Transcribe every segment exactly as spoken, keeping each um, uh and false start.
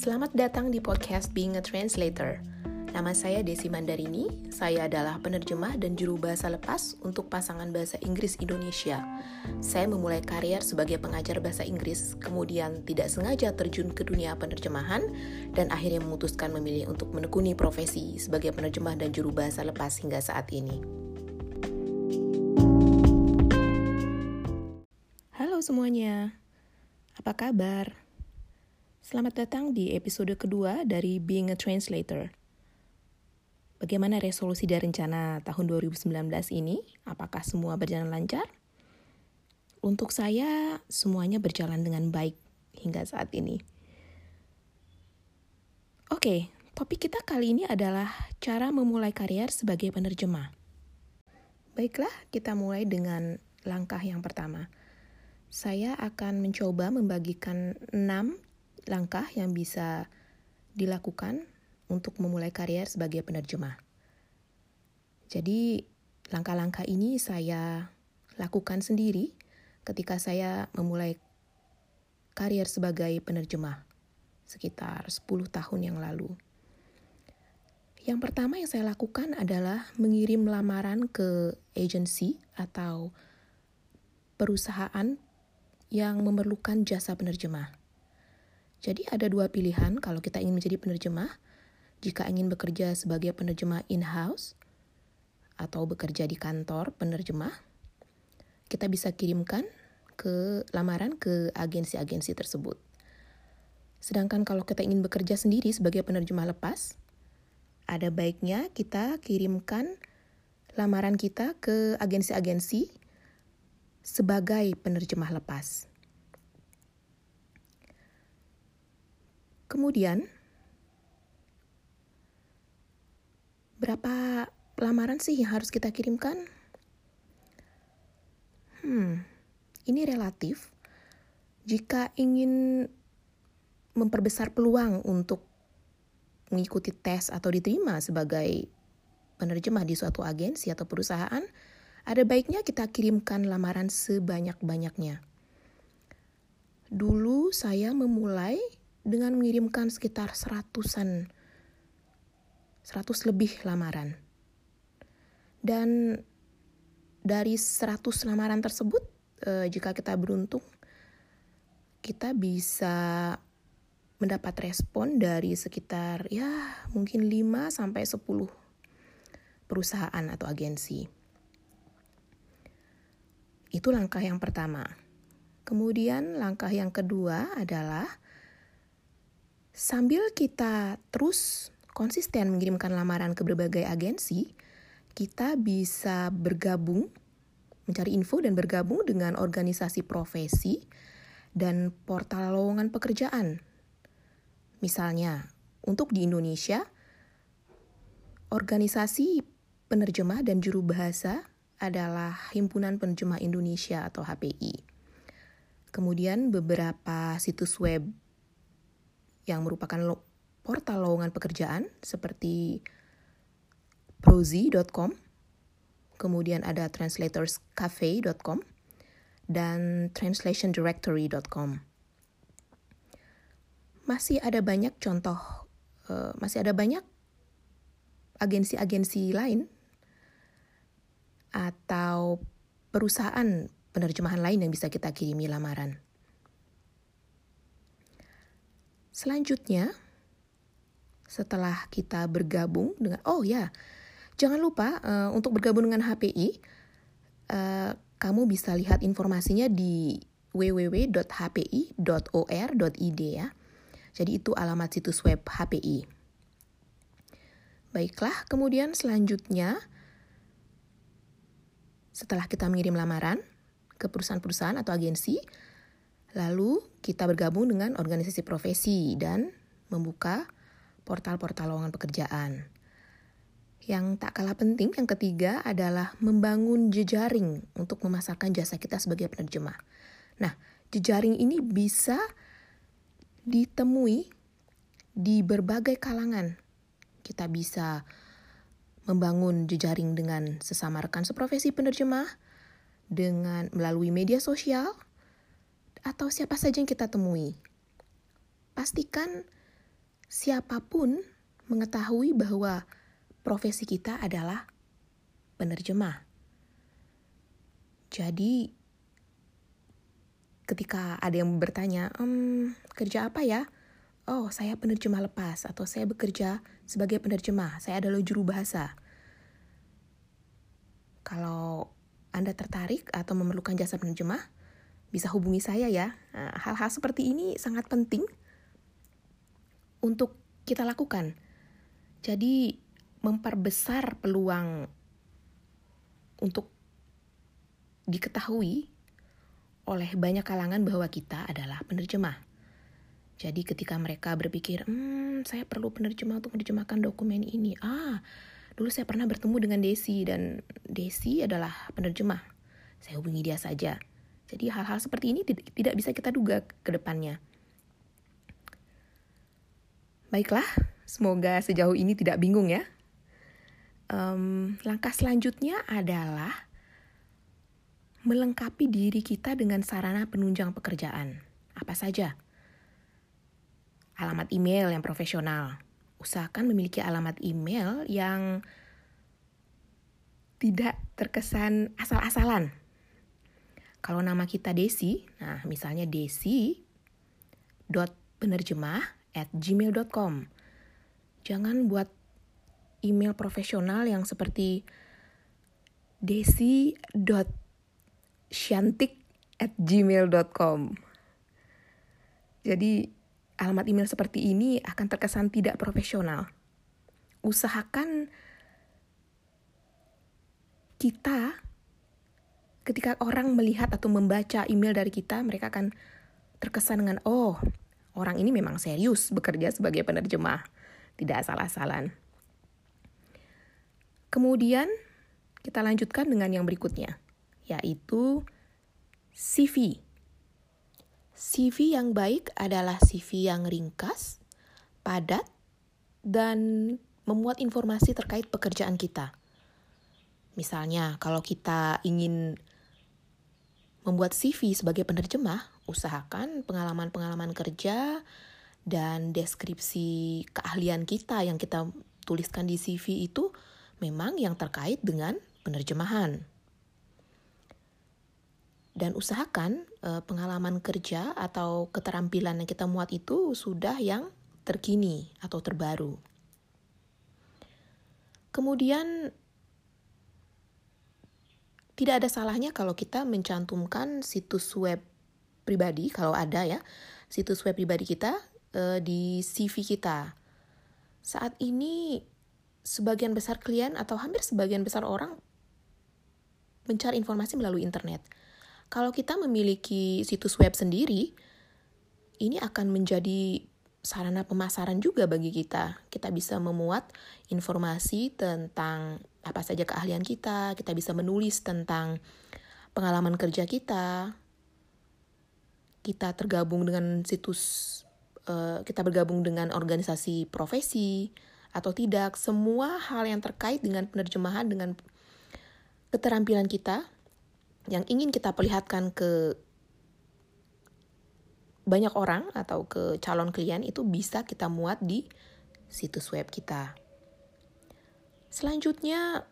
Selamat datang di podcast Being a Translator. Nama saya Desi Mandarini, saya adalah penerjemah dan juru bahasa lepas untuk pasangan bahasa Inggris Indonesia. Saya memulai karier sebagai pengajar bahasa Inggris, kemudian tidak sengaja terjun ke dunia penerjemahan, dan akhirnya memutuskan memilih untuk menekuni profesi sebagai penerjemah dan juru bahasa lepas hingga saat ini. Halo semuanya, apa kabar? Selamat datang di episode kedua dari Being a Translator. Bagaimana resolusi dan rencana tahun dua ribu sembilan belas ini? Apakah semua berjalan lancar? Untuk saya, semuanya berjalan dengan baik hingga saat ini. Oke, topik kita kali ini adalah cara memulai karier sebagai penerjemah. Baiklah, kita mulai dengan langkah yang pertama. Saya akan mencoba membagikan enam langkah yang bisa dilakukan untuk memulai karier sebagai penerjemah. Jadi, langkah-langkah ini saya lakukan sendiri ketika saya memulai karier sebagai penerjemah sekitar sepuluh tahun yang lalu. Yang pertama yang saya lakukan adalah mengirim lamaran ke agensi atau perusahaan yang memerlukan jasa penerjemah. Jadi ada dua pilihan kalau kita ingin menjadi penerjemah. Jika ingin bekerja sebagai penerjemah in-house atau bekerja di kantor penerjemah, kita bisa kirimkan ke lamaran ke agensi-agensi tersebut. Sedangkan kalau kita ingin bekerja sendiri sebagai penerjemah lepas, ada baiknya kita kirimkan lamaran kita ke agensi-agensi sebagai penerjemah lepas. Kemudian, berapa lamaran sih yang harus kita kirimkan? Hmm, ini relatif. Jika ingin memperbesar peluang untuk mengikuti tes atau diterima sebagai penerjemah di suatu agensi atau perusahaan, ada baiknya kita kirimkan lamaran sebanyak-banyaknya. Dulu saya memulai dengan mengirimkan sekitar seratusan, seratus lebih lamaran. Dan dari seratus lamaran tersebut, eh, jika kita beruntung, kita bisa mendapat respon dari sekitar ya mungkin lima sampai sepuluh perusahaan atau agensi. Itu langkah yang pertama. Kemudian langkah yang kedua adalah sambil kita terus konsisten mengirimkan lamaran ke berbagai agensi, kita bisa bergabung, mencari info dan bergabung dengan organisasi profesi dan portal lowongan pekerjaan. Misalnya, untuk di Indonesia, organisasi penerjemah dan juru bahasa adalah Himpunan Penerjemah Indonesia atau H P I. Kemudian beberapa situs web yang merupakan lo- portal lowongan pekerjaan seperti prozi dot com, kemudian ada translators cafe dot com, dan translation directory dot com. Masih ada banyak contoh, uh, masih ada banyak agensi-agensi lain atau perusahaan penerjemahan lain yang bisa kita kirimi lamaran. Selanjutnya, setelah kita bergabung dengan, oh ya, jangan lupa uh, untuk bergabung dengan H P I, uh, kamu bisa lihat informasinya di w w w dot h p i dot o r dot i d ya. Jadi itu alamat situs web H P I. Baiklah, kemudian selanjutnya, setelah kita mengirim lamaran ke perusahaan-perusahaan atau agensi, lalu kita bergabung dengan organisasi profesi dan membuka portal-portal lowongan pekerjaan. Yang tak kalah penting, yang ketiga adalah membangun jejaring untuk memasarkan jasa kita sebagai penerjemah. Nah, jejaring ini bisa ditemui di berbagai kalangan. Kita bisa membangun jejaring dengan sesama rekan seprofesi penerjemah, dengan melalui media sosial, atau siapa saja yang kita temui. Pastikan siapapun mengetahui bahwa profesi kita adalah penerjemah. Jadi ketika ada yang bertanya, ehm, kerja apa ya? Oh, saya penerjemah lepas, atau saya bekerja sebagai penerjemah, saya adalah juru bahasa. Kalau Anda tertarik atau memerlukan jasa penerjemah, bisa hubungi saya ya. Nah, hal-hal seperti ini sangat penting untuk kita lakukan. Jadi memperbesar peluang untuk diketahui oleh banyak kalangan bahwa kita adalah penerjemah. Jadi ketika mereka berpikir, hmm, saya perlu penerjemah untuk menerjemahkan dokumen ini. Ah, dulu saya pernah bertemu dengan Desi, dan Desi adalah penerjemah. Saya hubungi dia saja. Jadi hal-hal seperti ini tidak, tidak bisa kita duga ke depannya. Baiklah, semoga sejauh ini tidak bingung ya. Um, langkah selanjutnya adalah melengkapi diri kita dengan sarana penunjang pekerjaan. Apa saja? Alamat email yang profesional. Usahakan memiliki alamat email yang tidak terkesan asal-asalan. Kalau nama kita Desi, nah misalnya desi dot penerjemah at gmail dot com. Jangan buat email profesional yang seperti desi dot shantik at gmail dot com. Jadi alamat email seperti ini akan terkesan tidak profesional. Usahakan kita, ketika orang melihat atau membaca email dari kita, mereka akan terkesan dengan, oh, orang ini memang serius bekerja sebagai penerjemah, tidak asal-asalan. Kemudian kita lanjutkan dengan yang berikutnya, yaitu C V. C V yang baik adalah C V yang ringkas, padat, dan memuat informasi terkait pekerjaan kita. Misalnya, kalau kita ingin membuat C V sebagai penerjemah, usahakan pengalaman-pengalaman kerja dan deskripsi keahlian kita yang kita tuliskan di C V itu memang yang terkait dengan penerjemahan. Dan usahakan eh, pengalaman kerja atau keterampilan yang kita muat itu sudah yang terkini atau terbaru. Kemudian tidak ada salahnya kalau kita mencantumkan situs web pribadi, kalau ada ya, situs web pribadi kita eh, di C V kita. Saat ini sebagian besar klien atau hampir sebagian besar orang mencari informasi melalui internet. Kalau kita memiliki situs web sendiri, ini akan menjadi sarana pemasaran juga bagi kita. Kita bisa memuat informasi tentang apa saja keahlian kita, kita bisa menulis tentang pengalaman kerja kita, kita tergabung dengan situs, uh, kita bergabung dengan organisasi profesi atau tidak, semua hal yang terkait dengan penerjemahan, dengan keterampilan kita, yang ingin kita perlihatkan ke banyak orang atau ke calon klien itu bisa kita muat di situs web kita. Selanjutnya,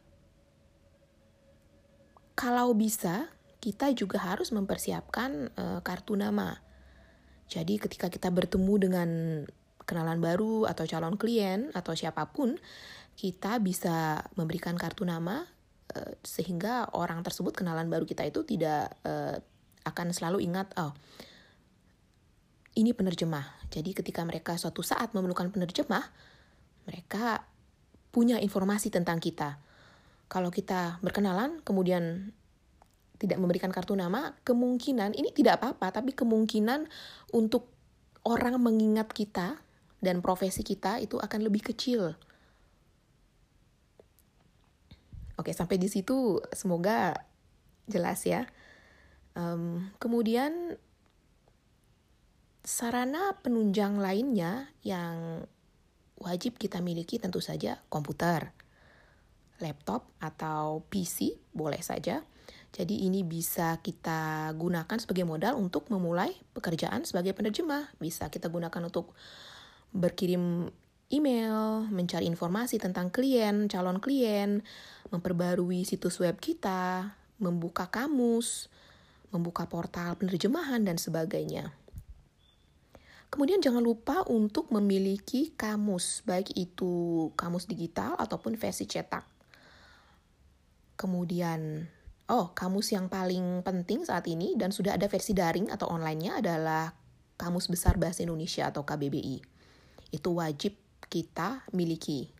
kalau bisa, kita juga harus mempersiapkan e, kartu nama. Jadi ketika kita bertemu dengan kenalan baru atau calon klien atau siapapun, kita bisa memberikan kartu nama sehingga orang tersebut, kenalan baru kita itu tidak uh, akan selalu ingat, oh, ini penerjemah. Jadi ketika mereka suatu saat memerlukan penerjemah, mereka punya informasi tentang kita. Kalau kita berkenalan, kemudian tidak memberikan kartu nama, kemungkinan, ini tidak apa-apa, tapi kemungkinan untuk orang mengingat kita dan profesi kita itu akan lebih kecil. Oke, sampai di situ semoga jelas ya. Um, kemudian sarana penunjang lainnya yang wajib kita miliki tentu saja komputer, laptop atau P C boleh saja. Jadi ini bisa kita gunakan sebagai modal untuk memulai pekerjaan sebagai penerjemah. Bisa kita gunakan untuk berkirim email, mencari informasi tentang klien, calon klien, memperbarui situs web kita, membuka kamus, membuka portal penerjemahan, dan sebagainya. Kemudian jangan lupa untuk memiliki kamus, baik itu kamus digital ataupun versi cetak. Kemudian, oh, kamus yang paling penting saat ini dan sudah ada versi daring atau online-nya adalah Kamus Besar Bahasa Indonesia atau K B B I. Itu wajib kita miliki.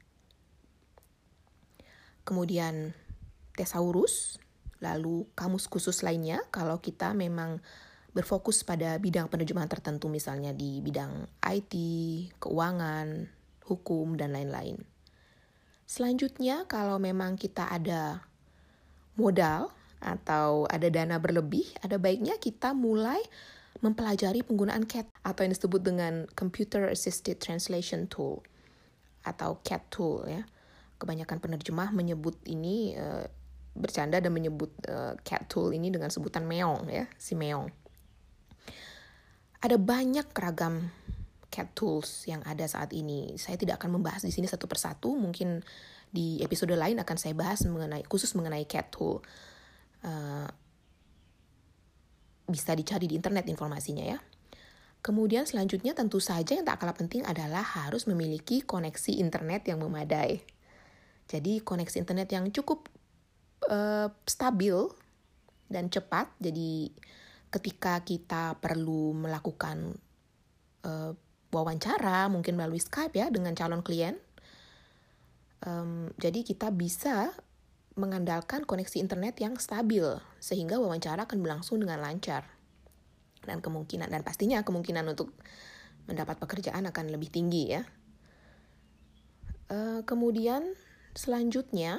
Kemudian Thesaurus, lalu kamus khusus lainnya kalau kita memang berfokus pada bidang penerjemahan tertentu, misalnya di bidang I T, keuangan, hukum, dan lain-lain. Selanjutnya, kalau memang kita ada modal atau ada dana berlebih, ada baiknya kita mulai mempelajari penggunaan C A T atau yang disebut dengan Computer Assisted Translation Tool atau C A T tool ya. Kebanyakan penerjemah menyebut ini uh, bercanda dan menyebut uh, C A T tool ini dengan sebutan meong ya, si meong. Ada banyak ragam C A T tools yang ada saat ini. Saya tidak akan membahas di sini satu persatu. Mungkin di episode lain akan saya bahas mengenai khusus mengenai C A T tool. Uh, bisa dicari di internet informasinya ya. Kemudian selanjutnya tentu saja yang tak kalah penting adalah harus memiliki koneksi internet yang memadai. Jadi koneksi internet yang cukup uh, stabil dan cepat. Jadi ketika kita perlu melakukan uh, wawancara, mungkin melalui Skype ya, dengan calon klien, um, jadi kita bisa mengandalkan koneksi internet yang stabil, sehingga wawancara akan berlangsung dengan lancar. Dan kemungkinan, dan pastinya kemungkinan untuk mendapat pekerjaan akan lebih tinggi ya. Uh, kemudian selanjutnya,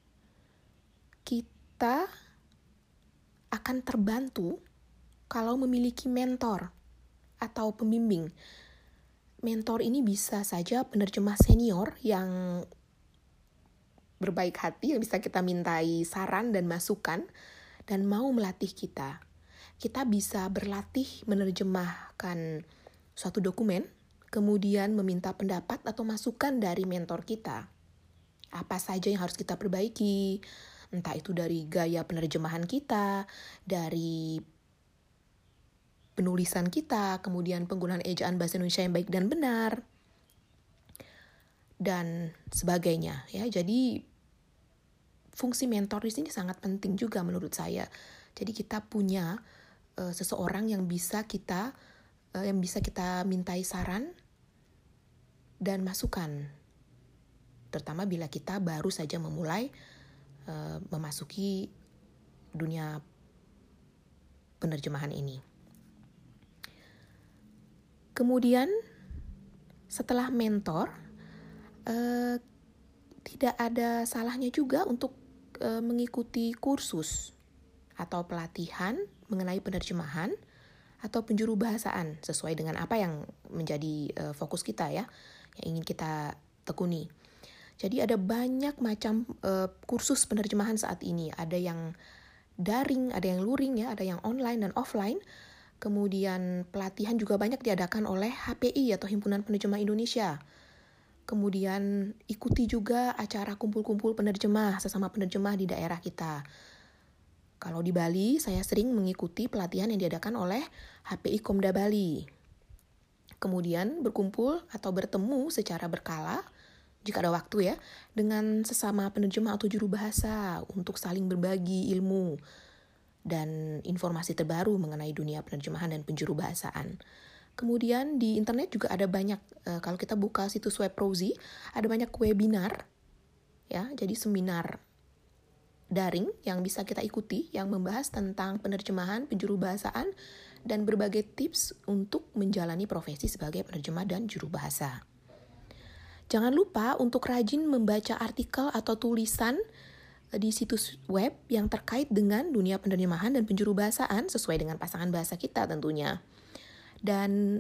kita akan terbantu kalau memiliki mentor atau pembimbing. Mentor ini bisa saja penerjemah senior yang berbaik hati, yang bisa kita mintai saran dan masukan, dan mau melatih kita. Kita bisa berlatih menerjemahkan suatu dokumen, kemudian meminta pendapat atau masukan dari mentor kita. Apa saja yang harus kita perbaiki, entah itu dari gaya penerjemahan kita, dari penulisan kita, kemudian penggunaan ejaan bahasa Indonesia yang baik dan benar, dan sebagainya. Ya, jadi fungsi mentor di sini sangat penting juga menurut saya. Jadi kita punya uh, seseorang yang bisa kita uh, yang bisa kita mintai saran dan masukan, terutama bila kita baru saja memulai uh, memasuki dunia penerjemahan ini. Kemudian setelah mentor, eh, tidak ada salahnya juga untuk eh, mengikuti kursus atau pelatihan mengenai penerjemahan atau penjuru bahasaan sesuai dengan apa yang menjadi eh, fokus kita ya, yang ingin kita tekuni. Jadi ada banyak macam eh, kursus penerjemahan saat ini. Ada yang daring, ada yang luring ya, ada yang online dan offline. Kemudian pelatihan juga banyak diadakan oleh H P I atau Himpunan Penerjemah Indonesia. Kemudian ikuti juga acara kumpul-kumpul penerjemah, sesama penerjemah di daerah kita. Kalau di Bali, saya sering mengikuti pelatihan yang diadakan oleh H P I Komda Bali. Kemudian berkumpul atau bertemu secara berkala, jika ada waktu ya, dengan sesama penerjemah atau juru bahasa untuk saling berbagi ilmu dan informasi terbaru mengenai dunia penerjemahan dan penjuru bahasaan. Kemudian di internet juga ada banyak, e, kalau kita buka situs web Prozzi, ada banyak webinar, ya, jadi seminar daring yang bisa kita ikuti, yang membahas tentang penerjemahan, penjuru bahasaan, dan berbagai tips untuk menjalani profesi sebagai penerjemah dan juru bahasa. Jangan lupa untuk rajin membaca artikel atau tulisan di situs web yang terkait dengan dunia penerjemahan dan penjuru bahasaan sesuai dengan pasangan bahasa kita tentunya. Dan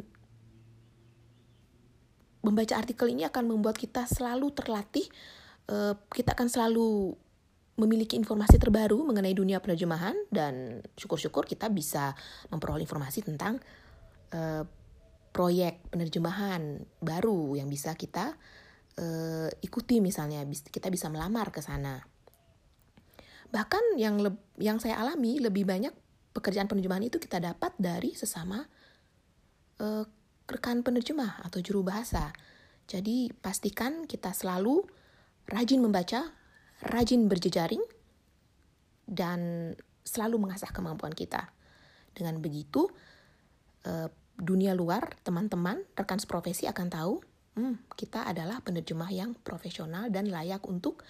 membaca artikel ini akan membuat kita selalu terlatih, kita akan selalu memiliki informasi terbaru mengenai dunia penerjemahan, dan syukur-syukur kita bisa memperoleh informasi tentang uh, proyek penerjemahan baru yang bisa kita uh, ikuti, misalnya kita bisa melamar ke sana. Bahkan yang le- yang saya alami, lebih banyak pekerjaan penerjemahan itu kita dapat dari sesama uh, rekan penerjemah atau juru bahasa. Jadi pastikan kita selalu rajin membaca, rajin berjejaring, dan selalu mengasah kemampuan kita. Dengan begitu, uh, dunia luar, teman-teman, rekan seprofesi akan tahu, hmm, kita adalah penerjemah yang profesional dan layak untuk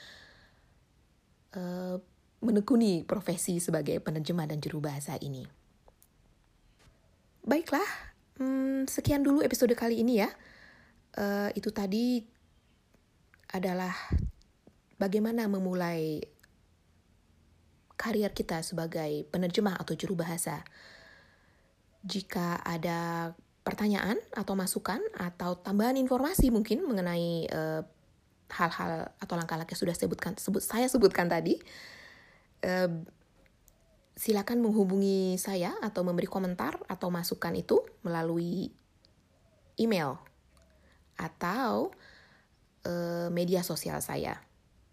uh, menekuni profesi sebagai penerjemah dan juru bahasa ini. Baiklah, hmm, sekian dulu episode kali ini ya. Uh, itu tadi adalah bagaimana memulai karier kita sebagai penerjemah atau juru bahasa. Jika ada pertanyaan atau masukan atau tambahan informasi mungkin mengenai uh, hal-hal atau langkah-langkah yang sudah sebutkan, sebut, saya sebutkan tadi, uh, silakan menghubungi saya atau memberi komentar atau masukan itu melalui email atau uh, media sosial saya.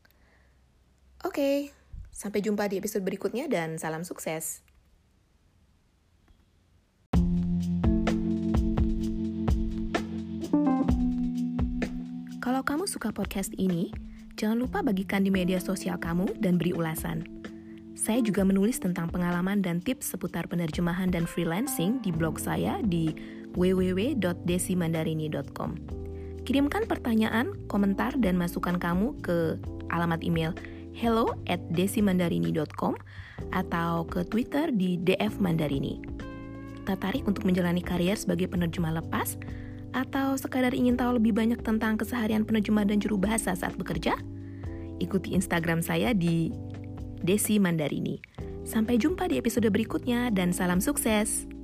Oke, sampai jumpa di episode berikutnya dan salam sukses. Kalau kamu suka podcast ini, jangan lupa bagikan di media sosial kamu dan beri ulasan. Saya juga menulis tentang pengalaman dan tips seputar penerjemahan dan freelancing di blog saya di w w w dot desi mandarini dot com. Kirimkan pertanyaan, komentar, dan masukan kamu ke alamat email hello at desi mandarini dot com atau ke Twitter di d f mandarini. Tertarik untuk menjalani karier sebagai penerjemah lepas? Atau sekadar ingin tahu lebih banyak tentang keseharian penerjemah dan juru bahasa saat bekerja? Ikuti Instagram saya di Desi Mandarini. Sampai jumpa di episode berikutnya dan salam sukses!